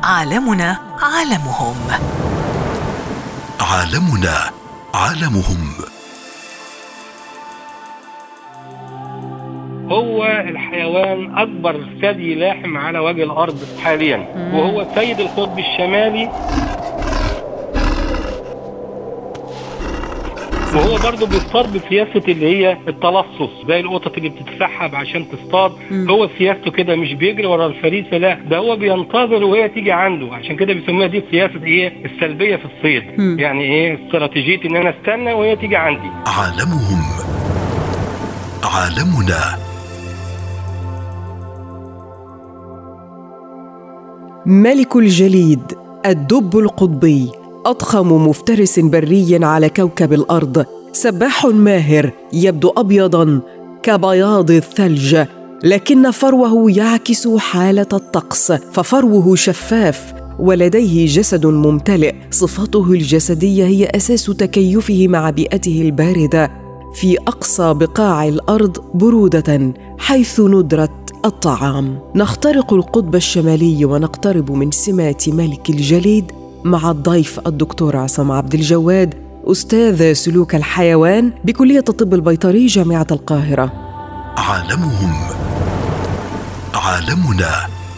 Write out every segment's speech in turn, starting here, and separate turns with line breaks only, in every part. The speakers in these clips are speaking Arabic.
عالمنا عالمهم.
عالمنا عالمهم.
هو الحيوان أكبر ثدي لاحم على وجه الأرض حاليا، وهو سيد القطب الشمالي، وهو برضه بيصطاد بسياسة اللي هي التلصص زي القطط اللي بتتسحب عشان تصطاد. هو سياسته كده مش بيجري ورا الفريسة، لا ده هو بينتظر وهي تيجي عنده، عشان كده بيسموها دي سياسة ايه السلبية في الصيد. يعني ايه استراتيجية ان انا استنى وهي تيجي عندي.
عالمهم عالمنا.
ملك الجليد الدب القطبي، أضخم مفترس بري على كوكب الأرض، سباح ماهر يبدو أبيضاً كبياض الثلج، لكن فروه يعكس حالة الطقس، ففروه شفاف ولديه جسد ممتلئ. صفاته الجسدية هي أساس تكيفه مع بيئته الباردة في أقصى بقاع الأرض برودة حيث ندرة الطعام. نخترق القطب الشمالي ونقترب من سمات ملك الجليد مع الضيف الدكتور عصام عبد الجواد، أستاذ سلوك الحيوان بكلية الطب البيطري جامعة القاهرة.
عالمهم عالمنا.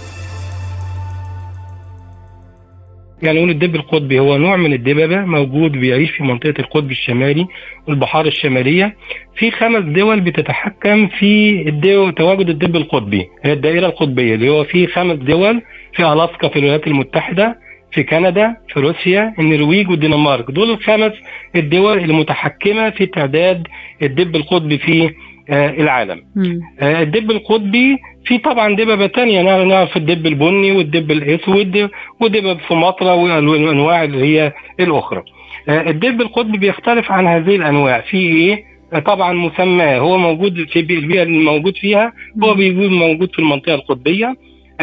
يعني نقول الدب القطبي هو نوع من الدببة موجود بيعيش في منطقة القطب الشمالي والبحار الشمالية. في 5 دول بتتحكم في تواجد الدب القطبي، هي الدائرة القطبية اللي هو في 5 دول، في ألاسكا في الولايات المتحدة، في كندا، في روسيا، النرويج والدنمارك. دول ال5 الدول المتحكمة في تعداد الدب القطبي في العالم. الدب القطبي في طبعا دببة تانية، نعرف الدب البني والدب الاسود ودبب سومطرة والانواع اللي هي الاخرى. الدب القطبي بيختلف عن هذه الانواع في ايه؟ طبعا مسماه، هو موجود في البيئة اللي موجود فيها، هو بيكون موجود في المنطقة القطبية.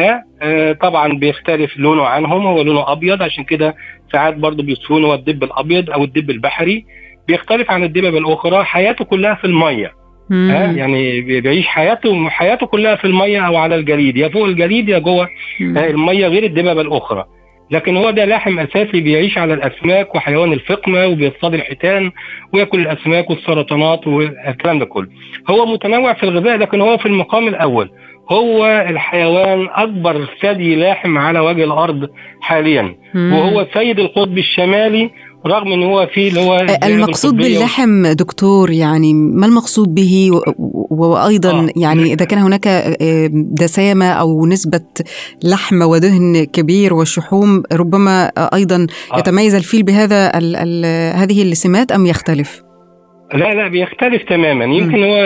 طبعا بيختلف لونه عنهم، هو لونه ابيض، عشان كده ساعات برضو بيصفونه الدب الابيض او الدب البحري. بيختلف عن الدببة الاخرى، حياته كلها في المية. يعني بيعيش حياته كلها في المية او على الجليد، يا فوق الجليد يا جوه المية، غير الدببة الاخرى. لكن هو ده لاحم اساسي بيعيش على الاسماك وحيوان الفقمة، وبيصطاد الحيتان وياكل الاسماك والسرطانات والكلام ده كله. هو متنوع في الغذاء، لكن هو في المقام الاول هو الحيوان أكبر ثدي لاحم على وجه الأرض حاليا، وهو سيد القطب الشمالي، رغم أنه هو فيه اللي هو
المقصود باللحم دكتور، يعني ما المقصود به؟ وأيضا يعني إذا كان هناك دسامة أو نسبة لحم ودهن كبير والشحوم، ربما أيضا يتميز الفيل بهذا هذه السمات أم يختلف؟
لا بيختلف تماما. يمكن هو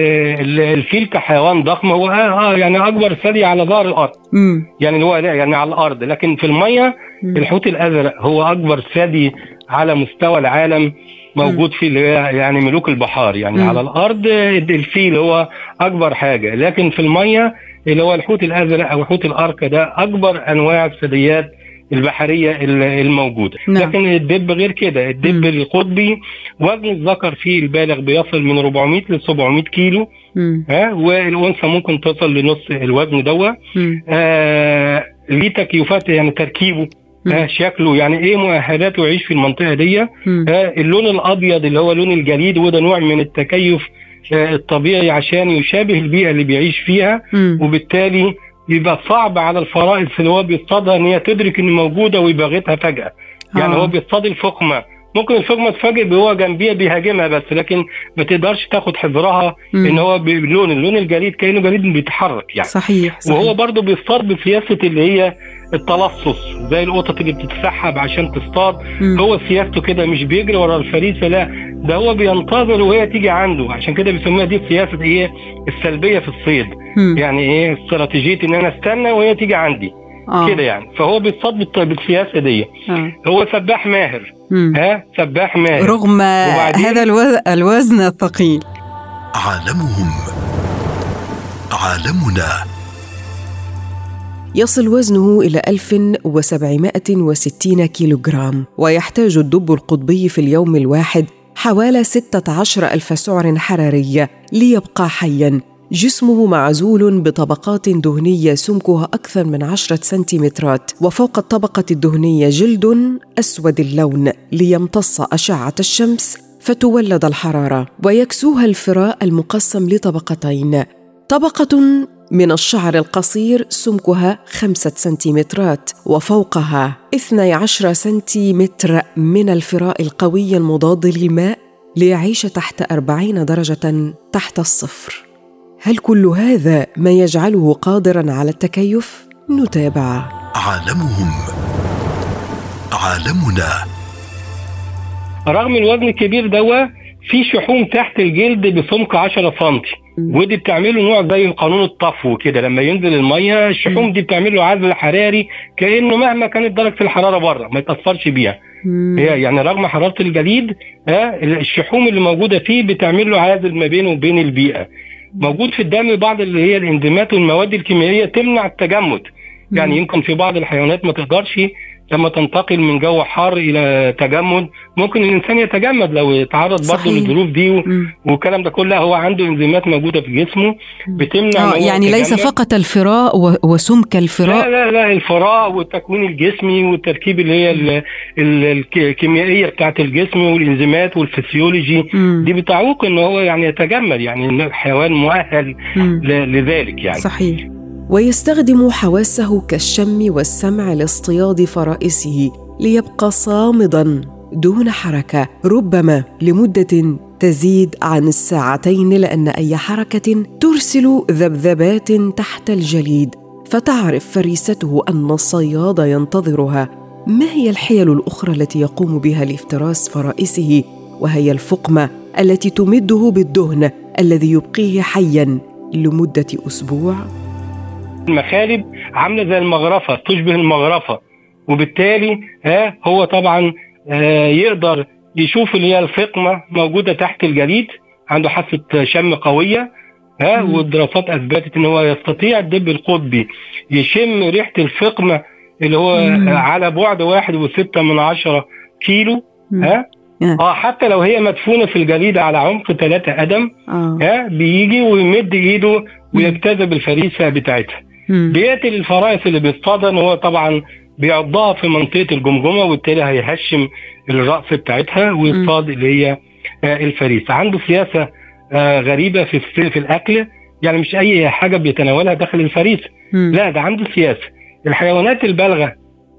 الفيل كحيوان ضخم هو يعني اكبر ثدي على ظهر الارض، يعني هو يعني على الارض، لكن في الميه الحوت الازرق هو اكبر ثدي على مستوى العالم موجود في يعني ملوك البحار. يعني على الارض الفيل هو اكبر حاجه، لكن في الميه اللي هو الحوت الازرق او حوت الاركا ده اكبر انواع الثدييات البحرية الموجودة. لكن الدب غير كده، الدب القطبي وزن الذكر فيه البالغ بيصل من 400 ل 700 كيلو، والأنثى ممكن تصل لنص الوزن دوا. ليه تكيفات، يعني تركيبه، شكله، يعني ايه مؤهلاته يعيش في المنطقة دي. اللون الأبيض اللي هو لون الجليد، وده نوع من التكيف الطبيعي عشان يشابه البيئة اللي بيعيش فيها، وبالتالي يبقى صعب على الفرائس اللي هو بيصطادها ان هي تدرك ان موجوده ويبغتها فجاه. يعني هو بيصطاد الفقمه، ممكن الفقمه تفاجئ وهو جنبيها بيهاجمها، بس لكن ما تقدرش تاخد حذرها ان هو اللون الجليد كانه جليد بيتحرك يعني.
صحيح.
وهو برضه بيصطاد بسياسه اللي هي التلصص زي القطط اللي بتتسحب عشان تصطاد. هو سياسته كده مش بيجري ورا الفريسه، لا ده هو بينتظر وهي تيجي عنده، عشان كده بيسموها دي سياسه ايه السلبيه في الصيد. يعني ايه استراتيجية ان انا استنى وهي تيجي عندي كده يعني. فهو بيتصاد بالسياسة دي. هو سباح ماهر، سباح ماهر
رغم هذا الوزن الثقيل.
عالمهم عالمنا.
يصل وزنه إلى 1760 كيلوغرام، ويحتاج الدب القطبي في اليوم الواحد حوالي 16,000 سعر حراري ليبقى حياً. جسمه معزول بطبقات دهنية سمكها أكثر من 10 سنتيمترات، وفوق الطبقة الدهنية جلد أسود اللون ليمتص أشعة الشمس فتولد الحرارة، ويكسوها الفراء المقسم لطبقتين، طبقة من الشعر القصير سمكها 5 سنتيمترات، وفوقها 12 سنتيمتر من الفراء القوي المضاد للماء ليعيش تحت 40 درجة تحت الصفر. هل كل هذا ما يجعله قادراً على التكيف؟ نتابع.
عالمهم عالمنا.
رغم الوزن الكبير دوا في شحوم تحت الجلد بسمك 10 سنتي، ودي بتعمله نوع زي قانون الطفو كده، لما ينزل الميه الشحوم دي بتعمله عزل حراري، كأنه مهما كانت درجة الحرارة بره ما يتأثرش بيها. هي يعني رغم حرارة الجليد الشحوم اللي موجودة فيه بتعمل له عازل ما بينه وبين البيئة. موجود في الدم بعض اللي هي الانزيمات والمواد الكيميائية تمنع التجمد، يعني يمكن في بعض الحيوانات ما تقدرش لما تنتقل من جو حار الى تجمد، ممكن الانسان يتجمد لو يتعرض برضه للظروف دي والكلام ده كله. هو عنده انزيمات موجوده في جسمه بتمنع
يعني ليس فقط الفراء وسمك الفراء،
لا الفراء والتكوين الجسمي والتركيب اللي هي الكيميائيه بتاعت الجسم والانزيمات والفسيولوجي دي بتعوق ان هو يعني يتجمد، يعني الحيوان مؤهل لذلك يعني.
صحيح.
ويستخدم حواسه كالشم والسمع لاصطياد فرائسه ليبقى صامداً دون حركة، ربما لمدة تزيد عن 2 ساعتين، لأن أي حركة ترسل ذبذبات تحت الجليد، فتعرف فريسته أن الصياد ينتظرها. ما هي الحيل الأخرى التي يقوم بها لافتراس فرائسه، وهي الفقمة التي تمده بالدهن الذي يبقيه حياً لمدة أسبوع؟
المخالب عامله زي المغرفه، تشبه المغرفه، وبالتالي هو طبعا يقدر يشوف اللي هي الفقمه موجوده تحت الجليد، عنده حاسه شم قويه والدراسات اثبتت ان هو يستطيع الدب القطبي يشم ريحه الفقمه اللي هو على بعد 1.6 كيلو حتى لو هي مدفونه في الجليد على عمق 3 قدم بيجي ويمد ايده ويجتذب الفريسه بتاعتها. بيقتل الفرائس اللي بيصطادها، هو طبعا بيعضها في منطقه الجمجمه، وبالتالي هيهشم الراس بتاعتها ويصطاد اللي هي الفريسه. عنده سياسه غريبه في الاكل، يعني مش اي حاجه بيتناولها داخل الفريسه، لا ده عنده سياسه. الحيوانات البالغه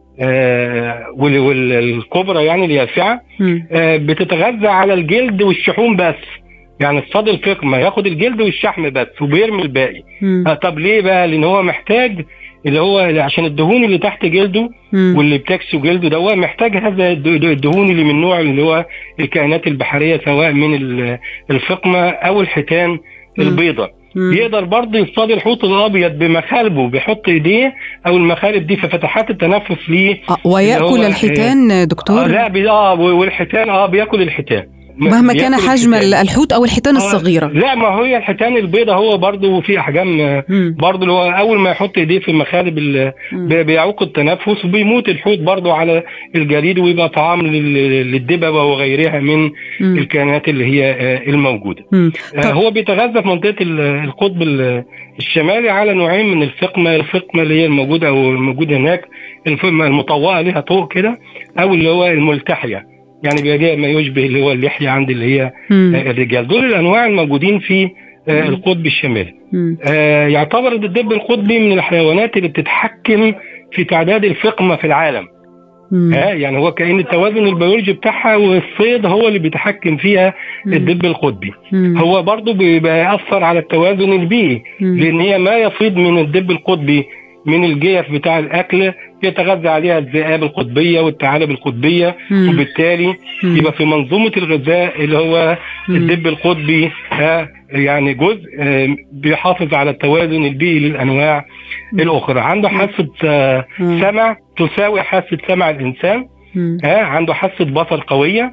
والكبرى يعني اليافعه بتتغذى على الجلد والشحوم بس، يعني اصطاد الفقمه ياخد الجلد والشحم بس وبيرمي الباقي. طب ليه بقى؟ لان هو محتاج اللي هو عشان الدهون اللي تحت جلده واللي بتكسو جلده ده محتاج هذا الدهون اللي من نوع اللي هو الكائنات البحريه، سواء من الفقمه او الحيتان البيضاء. يقدر برضه يصطاد الحوت الابيض بمخالبه، بيحط ايديه او المخالب دي في فتحات التنفس ليه
وياكل الحيتان دكتور.
لا والحيتان بياكل الحيتان
مهما كان حجم الحوت او الحيتان الصغيره.
لا ما هي الحيتان البيضاء هو برضه في احجام برضه، اللي هو اول ما يحط ايديه في المخالب بيعوق التنفس وبيموت الحوت برضه على الجليد، ويبقى طعام للدببه وغيرها من الكائنات اللي هي الموجوده. هو بيتغذى في منطقه القطب الشمالي على نوعين من الفقمه اللي هي الموجوده او الموجوده هناك، الفقمه المطوقه لها طوق كده، او اللي هو الملتحيه، يعني بيجي ما يشبه اللي هو اللحية عند اللي هي الرجال. دول الأنواع الموجودين في القطب الشمالي. يعتبر الدب القطبي من الحيوانات اللي بتتحكم في تعداد الفقمة في العالم. يعني هو كأن التوازن البيولوجي بتاعها والصيد هو اللي بيتحكم فيها الدب القطبي. هو برضو بيأثر على التوازن البيئي، لأن هي ما يفيض من الدب القطبي من الجيف بتاع الأكل يتغذى عليها الذئاب القطبية والثعالب القطبية، وبالتالي يبقى في منظومة الغذاء اللي هو الدب القطبي يعني جزء بيحافظ على التوازن البيئي للأنواع الأخرى. عنده حاسة سمع تساوي حاسة سمع الإنسان، عنده حاسة بصر قوية.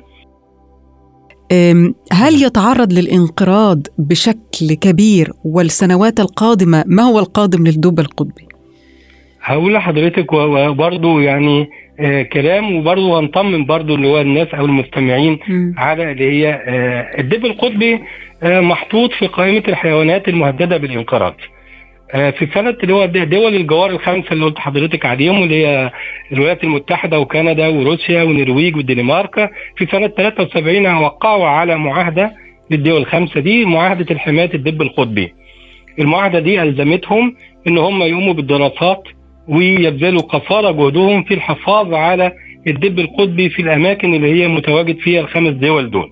هل يتعرض للانقراض بشكل كبير والسنوات القادمة؟ ما هو القادم للدب القطبي؟
هقول لحضرتك وبرضه يعني كلام، وبرضه هنطمن برضه اللي هو الناس او المستمعين على اللي هي الدب القطبي محطوط في قائمة الحيوانات المهددة بالانقراض في سنة اللي هو دول الجوار الخمسة اللي قلت حضرتك عليهم، اللي هي الولايات المتحدة وكندا وروسيا والنرويج والدنمارك. في سنة 73 وقعوا على معاهدة للدول الخمسة دي، معاهدة الحماية الدب القطبي. المعاهدة دي ألزمتهم إن هم يقوموا بالدراسات ويبذلوا قصارى جهدهم في الحفاظ على الدب القطبي في الأماكن اللي هي متواجد فيها الخمس دول دول.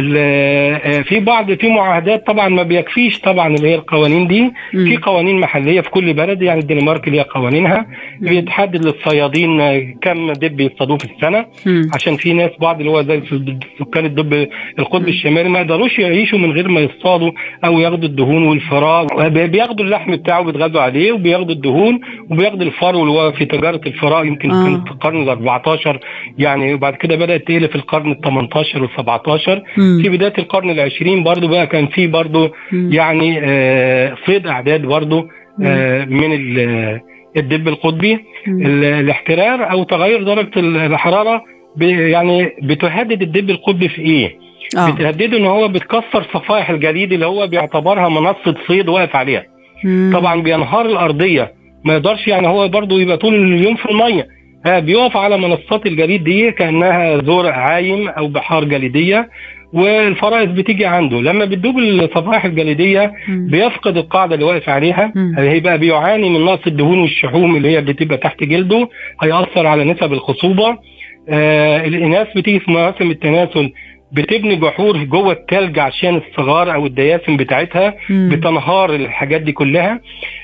في معاهدات طبعا ما بيكفيش طبعا اللي هي القوانين دي، في قوانين محليه في كل بلد، يعني الدنمارك ليها قوانينها بيتحدد للصيادين كم دب يصطادوه في السنه، عشان في ناس بعض اللي هو زي سكان الدب القطب الشمالي ما يقدروش يعيشوا من غير ما يصطادوا او ياخدوا الدهون والفراء، بياخدوا اللحم بتاعه بيتغذوا عليه، وبياخدوا الدهون وبياخدوا الفرو اللي هو في تجاره الفراء يمكن كانت في القرن ال14 يعني، وبعد كده بدات تقل في القرن ال18 وال17. في بداية القرن العشرين برضو بقى كان في برضو يعني صيد أعداد برضو من الدب القطبي. الاحترار أو تغير درجة الحرارة يعني بتهدد الدب القطبي في إيه؟ بتهدده إن هو بتكسر صفائح الجليد اللي هو بيعتبرها منصة صيد واقف عليها. طبعا بينهار الأرضية، ما يقدرش يعني هو برضو يبقى طول اليوم في المية، بيقف على منصات الجليد دي كأنها زورق عايم أو بحار جليدية، والفرائس بتيجي عنده. لما بتدوب الصفائح الجليدية بيفقد القاعدة اللي واقف عليها، هيبقى بيعاني من نقص الدهون والشحوم اللي هي بتبقى تحت جلده، هيأثر على نسب الخصوبة. الإناث بتيجي في مواسم التناسل بتبني جحور جوه الثلج عشان الصغار او الدياسم بتاعتها، بتنهار الحاجات دي كلها.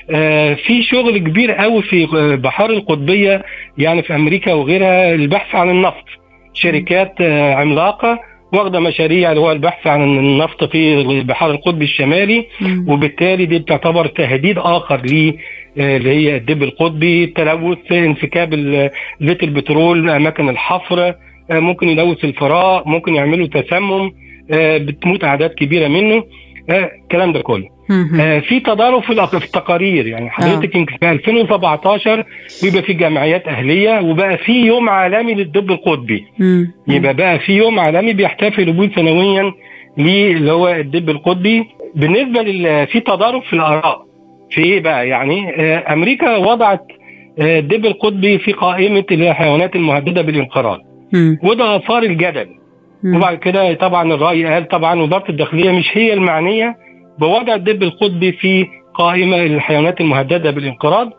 في شغل كبير قوي في بحار القطبية يعني في امريكا وغيرها، البحث عن النفط. شركات عملاقة واخده مشاريع اللي هو البحث عن النفط في بحار القطب الشمالي، وبالتالي دي بتعتبر تهديد اخر ل اللي هي الدب القطبي. التلوث، انسكاب زيت البترول، اماكن الحفر ممكن يلوث الفراء، ممكن يعملوا تسمم، بتموت اعداد كبيره منه، الكلام ده كله. في تضارب في التقارير، يعني حضرتك يمكن في 2017 بيبقى في جمعيات اهليه، وبقى في يوم عالمي للدب القطبي. يبقى بقى في يوم عالمي بيحتفلوا بيه سنويا اللي هو الدب القطبي. بالنسبه في تضارب في الاراء في ايه بقى، يعني امريكا وضعت الدب القطبي في قائمه الحيوانات المهدده بالانقراض، وده اثار الجدل. وبعد كده طبعا الرأي قال طبعا وزارة الداخلية مش هي المعنية بوضع الدب القطبي في قائمة الحيوانات المهددة بالانقراض.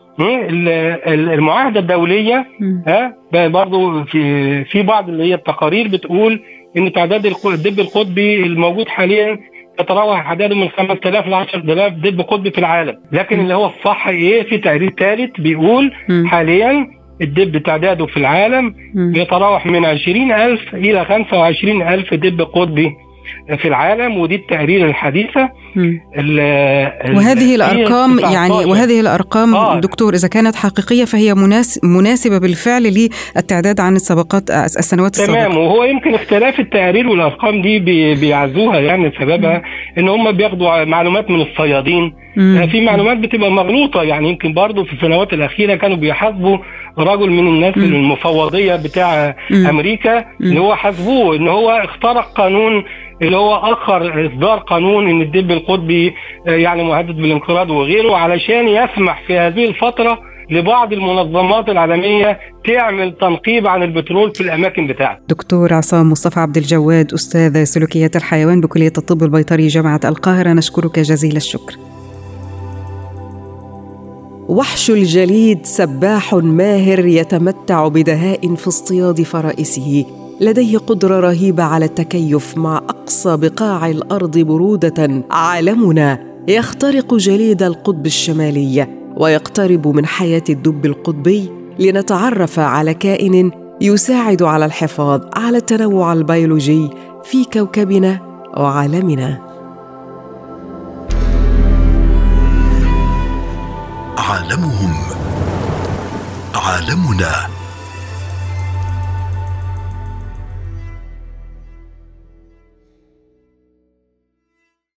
المعاهدة الدولية برضو في بعض اللي هي التقارير بتقول ان تعداد الدب القطبي الموجود حاليا يتراوح عدده من 5000 ل 10000 دب قطبي في العالم، لكن اللي هو الصح ايه، في تقرير ثالث بيقول حاليا الدب تعداده في العالم يتراوح من 20,000 إلى 25,000 دب قطبي في العالم، ودي التقارير الحديثة.
وهذه الأرقام يعني وهذه الأرقام دكتور إذا كانت حقيقية فهي مناسبة بالفعل للتعداد عن السنوات السابقة.
تمام. وهو يمكن اختلاف التقارير والأرقام دي بيعزوها، يعني سببها إن هم بياخدوا معلومات من الصيادين. في معلومات بتبقى مغلوطة، يعني يمكن برضو في السنوات الأخيرة كانوا بيحاسبوا رجل من الناس المفوضية بتاع أمريكا اللي هو حاسبوه إن هو اخترق قانون اللي هو أخر إصدار قانون إن الدب القطبي يعني مهدد بالانقراض وغيره، علشان يسمح في هذه الفترة لبعض المنظمات العالمية تعمل تنقيب عن البترول في الأماكن بتاعته.
دكتور عصام مصطفى عبد الجواد، أستاذ سلوكيات الحيوان بكلية الطب البيطري جامعة القاهرة، نشكرك جزيل الشكر.
وحش الجليد سباح ماهر يتمتع بدهاء في اصطياد فرائسه، لديه قدرة رهيبة على التكيف مع أقصى بقاع الأرض برودة. عالمنا يخترق جليد القطب الشمالي ويقترب من حياة الدب القطبي لنتعرف على كائن يساعد على الحفاظ على التنوع البيولوجي في كوكبنا وعالمنا.
عالمهم عالمنا.